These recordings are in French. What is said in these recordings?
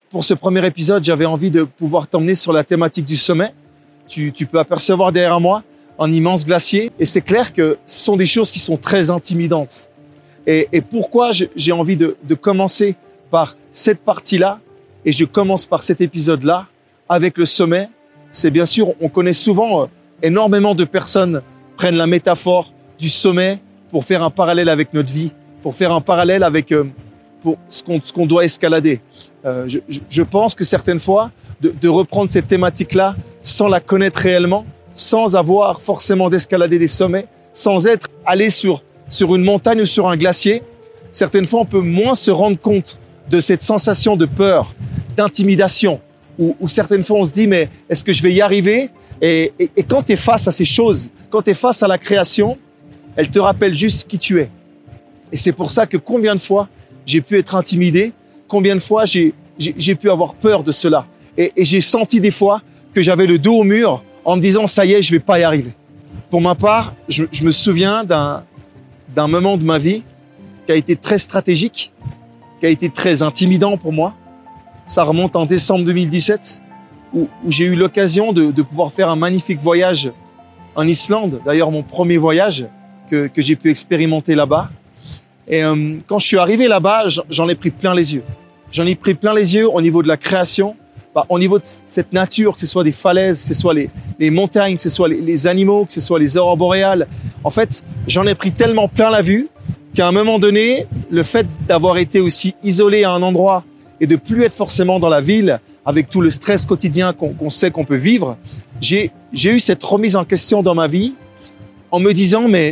pour ce premier épisode, j'avais envie de pouvoir t'emmener sur la thématique du sommet. Tu peux apercevoir derrière moi un immense glacier. Et c'est clair que ce sont des choses qui sont très intimidantes. Et pourquoi j'ai envie de commencer par cette partie-là, et je commence par cet épisode-là, avec le sommet, c'est bien sûr, on connaît souvent, énormément de personnes prennent la métaphore du sommet pour faire un parallèle avec notre vie, pour faire un parallèle avec pour ce qu'on doit escalader. Je pense que certaines fois, de reprendre cette thématique-là sans la connaître réellement, sans avoir forcément d'escalader des sommets, sans être allé sur une montagne ou sur un glacier, certaines fois, on peut moins se rendre compte de cette sensation de peur, d'intimidation, où certaines fois, on se dit, mais est-ce que je vais y arriver ? Et quand tu es face à ces choses, quand tu es face à la création, elle te rappelle juste qui tu es. Et c'est pour ça que combien de fois j'ai pu être intimidé, combien de fois j'ai pu avoir peur de cela. Et j'ai senti des fois que j'avais le dos au mur en me disant, ça y est, je vais pas y arriver. Pour ma part, je me souviens d'un moment de ma vie qui a été très stratégique, qui a été très intimidant pour moi. Ça remonte en décembre 2017, où j'ai eu l'occasion de pouvoir faire un magnifique voyage en Islande. D'ailleurs, mon premier voyage que j'ai pu expérimenter là-bas. Et quand je suis arrivé là-bas, j'en ai pris plein les yeux. J'en ai pris plein les yeux au niveau de la création, au niveau de cette nature, que ce soit des falaises, que ce soit les montagnes, que ce soit les animaux, que ce soit les aurores boréales. En fait, j'en ai pris tellement plein la vue qu'à un moment donné, le fait d'avoir été aussi isolé à un endroit et de plus être forcément dans la ville, avec tout le stress quotidien qu'on sait qu'on peut vivre, j'ai eu cette remise en question dans ma vie en me disant, mais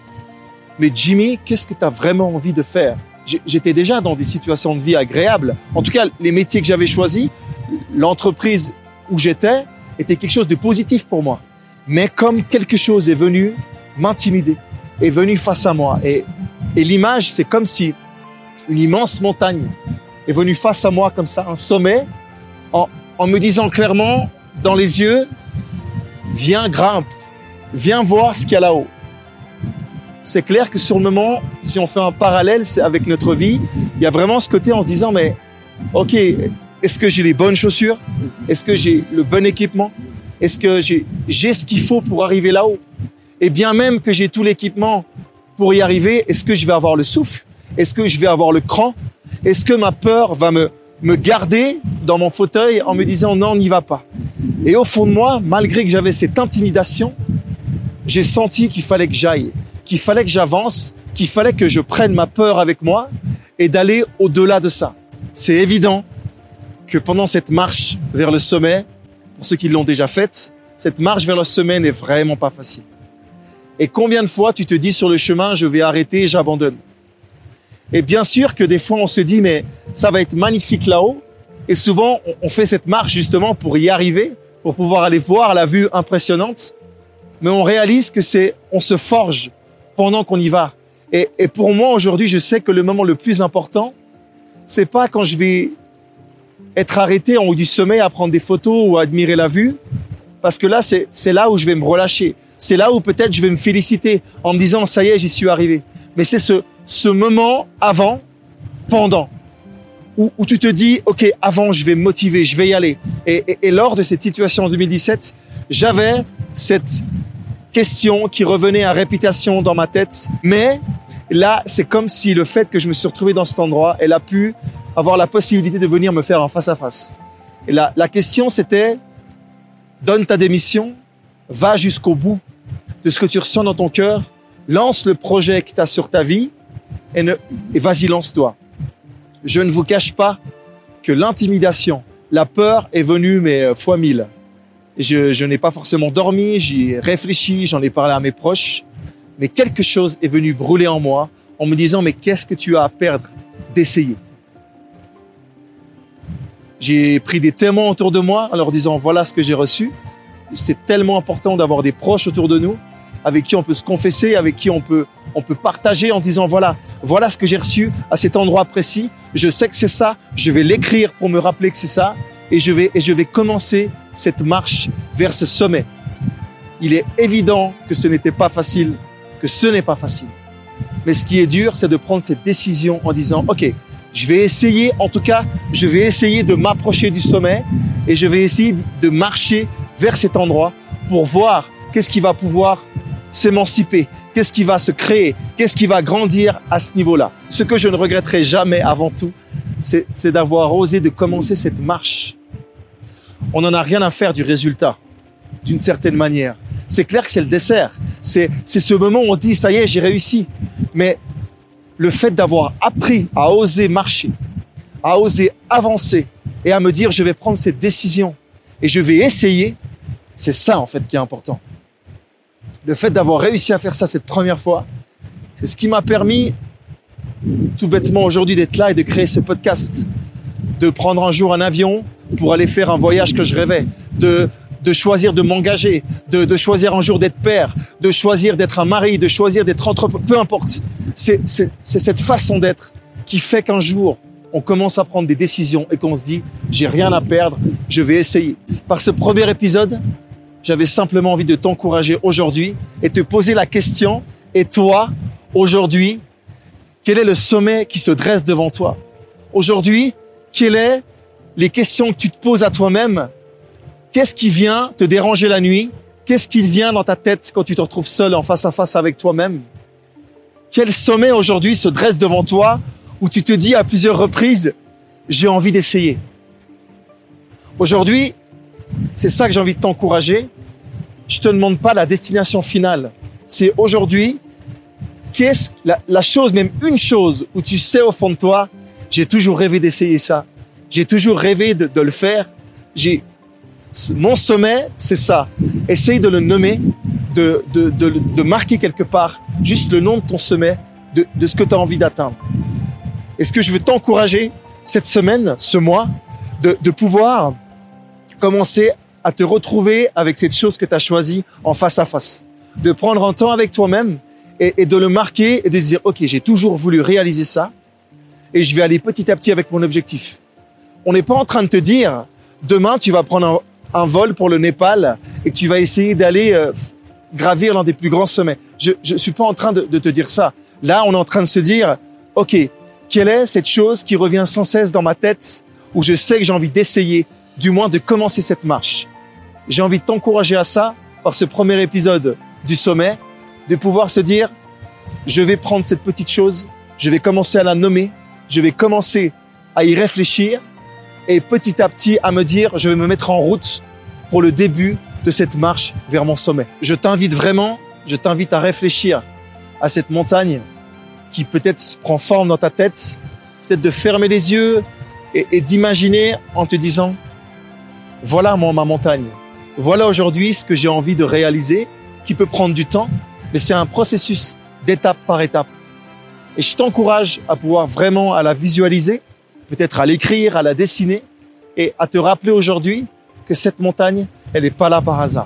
Jimmy, qu'est-ce que tu as vraiment envie de faire ? J'étais déjà dans des situations de vie agréables. En tout cas, les métiers que j'avais choisis, l'entreprise où j'étais, était quelque chose de positif pour moi. Mais comme quelque chose est venu m'intimider, est venu face à moi. Et l'image, c'est comme si une immense montagne est venue face à moi comme ça, un sommet, en me disant clairement dans les yeux, viens, grimpe, viens voir ce qu'il y a là-haut. C'est clair que sur le moment, si on fait un parallèle avec notre vie, il y a vraiment ce côté en se disant, mais ok, est-ce que j'ai les bonnes chaussures ? Est-ce que j'ai le bon équipement ? Est-ce que j'ai ce qu'il faut pour arriver là-haut ? Et bien même que j'ai tout l'équipement pour y arriver, est-ce que je vais avoir le souffle ? Est-ce que je vais avoir le cran ? Est-ce que ma peur va me garder dans mon fauteuil en me disant non, n'y va pas ? Et au fond de moi, malgré que j'avais cette intimidation, j'ai senti qu'il fallait que j'aille, qu'il fallait que j'avance, qu'il fallait que je prenne ma peur avec moi et d'aller au-delà de ça. C'est évident que pendant cette marche vers le sommet, pour ceux qui l'ont déjà faite, cette marche vers le sommet n'est vraiment pas facile. Et combien de fois tu te dis sur le chemin, je vais arrêter, j'abandonne. Et bien sûr que des fois on se dit, mais ça va être magnifique là-haut. Et souvent on fait cette marche justement pour y arriver, pour pouvoir aller voir la vue impressionnante. Mais on réalise que on se forge pendant qu'on y va. Et pour moi aujourd'hui, je sais que le moment le plus important, c'est pas quand je vais être arrêté en haut du sommet à prendre des photos ou à admirer la vue, parce que là, c'est là où je vais me relâcher. C'est là où peut-être je vais me féliciter en me disant, ça y est, j'y suis arrivé. Mais c'est ce moment avant, pendant, où tu te dis, ok, avant, je vais me motiver, je vais y aller. Et lors de cette situation en 2017, j'avais cette question qui revenait à répétition dans ma tête. Mais là, c'est comme si le fait que je me suis retrouvé dans cet endroit, elle a pu avoir la possibilité de venir me faire un face-à-face. Et la question, c'était, donne ta démission, va jusqu'au bout de ce que tu ressens dans ton cœur, lance le projet que tu as sur ta vie et vas-y, lance-toi. Je ne vous cache pas que l'intimidation, la peur est venue, mais fois 1000. Je n'ai pas forcément dormi, j'y ai réfléchi, j'en ai parlé à mes proches, mais quelque chose est venu brûler en moi en me disant, mais qu'est-ce que tu as à perdre d'essayer ? J'ai pris des témoins autour de moi en leur disant, voilà ce que j'ai reçu. C'est tellement important d'avoir des proches autour de nous, avec qui on peut se confesser, avec qui on peut partager en disant, voilà ce que j'ai reçu à cet endroit précis. Je sais que c'est ça, je vais l'écrire pour me rappeler que c'est ça, et je vais commencer cette marche vers ce sommet. Il est évident que ce n'est pas facile. Mais ce qui est dur, c'est de prendre cette décision en disant, ok, Je vais essayer de m'approcher du sommet et je vais essayer de marcher vers cet endroit pour voir qu'est-ce qui va pouvoir s'émanciper, qu'est-ce qui va se créer, qu'est-ce qui va grandir à ce niveau-là. Ce que je ne regretterai jamais avant tout, c'est d'avoir osé de commencer cette marche. On n'en a rien à faire du résultat, d'une certaine manière. C'est clair que c'est le dessert. C'est ce moment où on dit, ça y est, j'ai réussi. Mais le fait d'avoir appris à oser marcher, à oser avancer et à me dire, je vais prendre cette décision et je vais essayer, c'est ça en fait qui est important. Le fait d'avoir réussi à faire ça cette première fois, c'est ce qui m'a permis tout bêtement aujourd'hui d'être là et de créer ce podcast, de prendre un jour un avion pour aller faire un voyage que je rêvais, de choisir de m'engager, de choisir un jour d'être père, de choisir d'être un mari, de choisir d'être entrepreneur, peu importe. C'est cette façon d'être qui fait qu'un jour, on commence à prendre des décisions et qu'on se dit « j'ai rien à perdre, je vais essayer ». Par ce premier épisode, j'avais simplement envie de t'encourager aujourd'hui et te poser la question « et toi, aujourd'hui, quel est le sommet qui se dresse devant toi ?» Aujourd'hui, quelles sont les questions que tu te poses à toi-même? Qu'est-ce qui vient te déranger la nuit? Qu'est-ce qui vient dans ta tête quand tu te retrouves seul en face à face avec toi-même? Quel sommet aujourd'hui se dresse devant toi où tu te dis à plusieurs reprises « j'ai envie d'essayer ». Aujourd'hui, c'est ça que j'ai envie de t'encourager. Je te demande pas la destination finale. C'est aujourd'hui, qu'est-ce la chose, même une chose où tu sais au fond de toi, j'ai toujours rêvé d'essayer ça. J'ai toujours rêvé de le faire. Mon sommet, c'est ça. Essaye de le nommer, de marquer quelque part juste le nom de ton sommet, de ce que tu as envie d'atteindre. Est-ce que je veux t'encourager cette semaine, ce mois, de pouvoir commencer à te retrouver avec cette chose que tu as choisie en face à face. De prendre un temps avec toi-même et de le marquer et de dire « Ok, j'ai toujours voulu réaliser ça et je vais aller petit à petit avec mon objectif. » On n'est pas en train de te dire « Demain, tu vas prendre un vol pour le Népal et que tu vas essayer d'aller gravir l'un des plus grands sommets. » Je suis pas en train de te dire ça. Là, on est en train de se dire « Ok, quelle est cette chose qui revient sans cesse dans ma tête où je sais que j'ai envie d'essayer, du moins de commencer cette marche. » J'ai envie de t'encourager à ça par ce premier épisode du sommet, de pouvoir se dire « Je vais prendre cette petite chose, je vais commencer à la nommer, je vais commencer à y réfléchir et petit à petit à me dire « Je vais me mettre en route pour le début de cette marche vers mon sommet. » Je t'invite à réfléchir à cette montagne qui peut-être prend forme dans ta tête, peut-être de fermer les yeux et d'imaginer en te disant « Voilà moi ma montagne. Voilà aujourd'hui ce que j'ai envie de réaliser, qui peut prendre du temps, mais c'est un processus d'étape par étape. » Et je t'encourage à pouvoir vraiment à la visualiser, peut-être à l'écrire, à la dessiner et à te rappeler aujourd'hui que cette montagne, elle n'est pas là par hasard.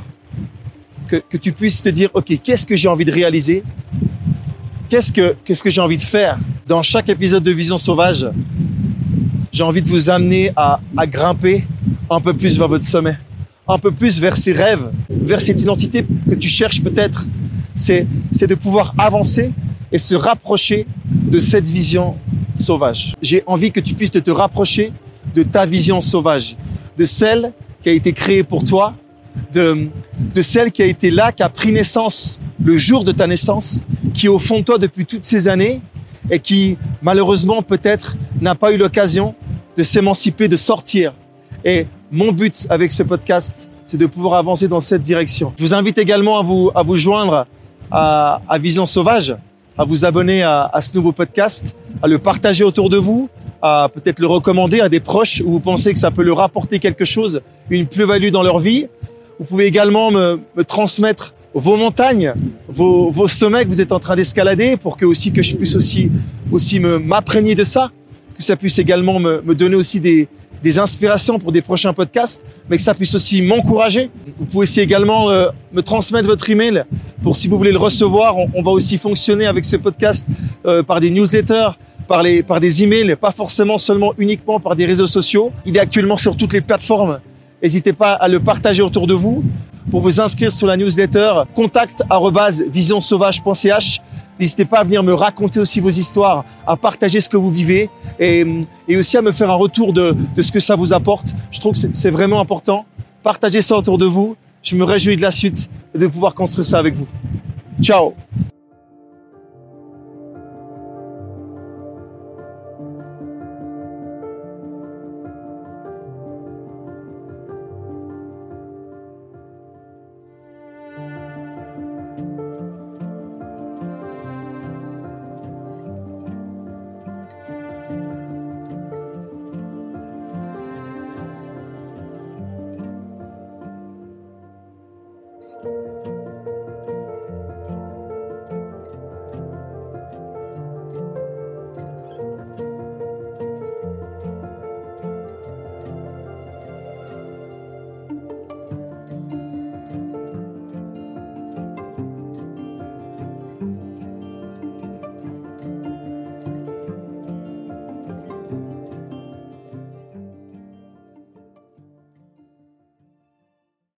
Que tu puisses te dire « Ok, qu'est-ce que j'ai envie de réaliser ? Qu'est-ce que j'ai envie de faire ?» Dans chaque épisode de Vision Sauvage, j'ai envie de vous amener à grimper un peu plus vers votre sommet, un peu plus vers ces rêves, vers cette identité que tu cherches peut-être. C'est de pouvoir avancer et se rapprocher de cette vision sauvage. J'ai envie que tu puisses te rapprocher de ta vision sauvage, de celle qui a été créée pour toi, de celle qui a été là, qui a pris naissance le jour de ta naissance, qui est au fond de toi depuis toutes ces années et qui, malheureusement, peut-être n'a pas eu l'occasion de s'émanciper, de sortir. Et mon but avec ce podcast, c'est de pouvoir avancer dans cette direction. Je vous invite également à vous joindre à Vision Sauvage, à vous abonner à ce nouveau podcast, à le partager autour de vous, à peut-être le recommander à des proches où vous pensez que ça peut leur apporter quelque chose, une plus-value dans leur vie. Vous pouvez également me transmettre vos montagnes, vos sommets que vous êtes en train d'escalader pour que je puisse aussi m'imprégner de ça, que ça puisse également me donner aussi des inspirations pour des prochains podcasts, mais que ça puisse aussi m'encourager. Vous pouvez aussi également me transmettre votre email pour si vous voulez le recevoir. On va aussi fonctionner avec ce podcast par des newsletters, par des emails, pas forcément seulement uniquement par des réseaux sociaux. Il est actuellement sur toutes les plateformes. N'hésitez pas à le partager autour de vous. Pour vous inscrire sur la newsletter, contact@visionsauvage.ch. N'hésitez pas à venir me raconter aussi vos histoires, à partager ce que vous vivez et aussi à me faire un retour de ce que ça vous apporte. Je trouve que c'est vraiment important. Partagez ça autour de vous. Je me réjouis de la suite et de pouvoir construire ça avec vous. Ciao!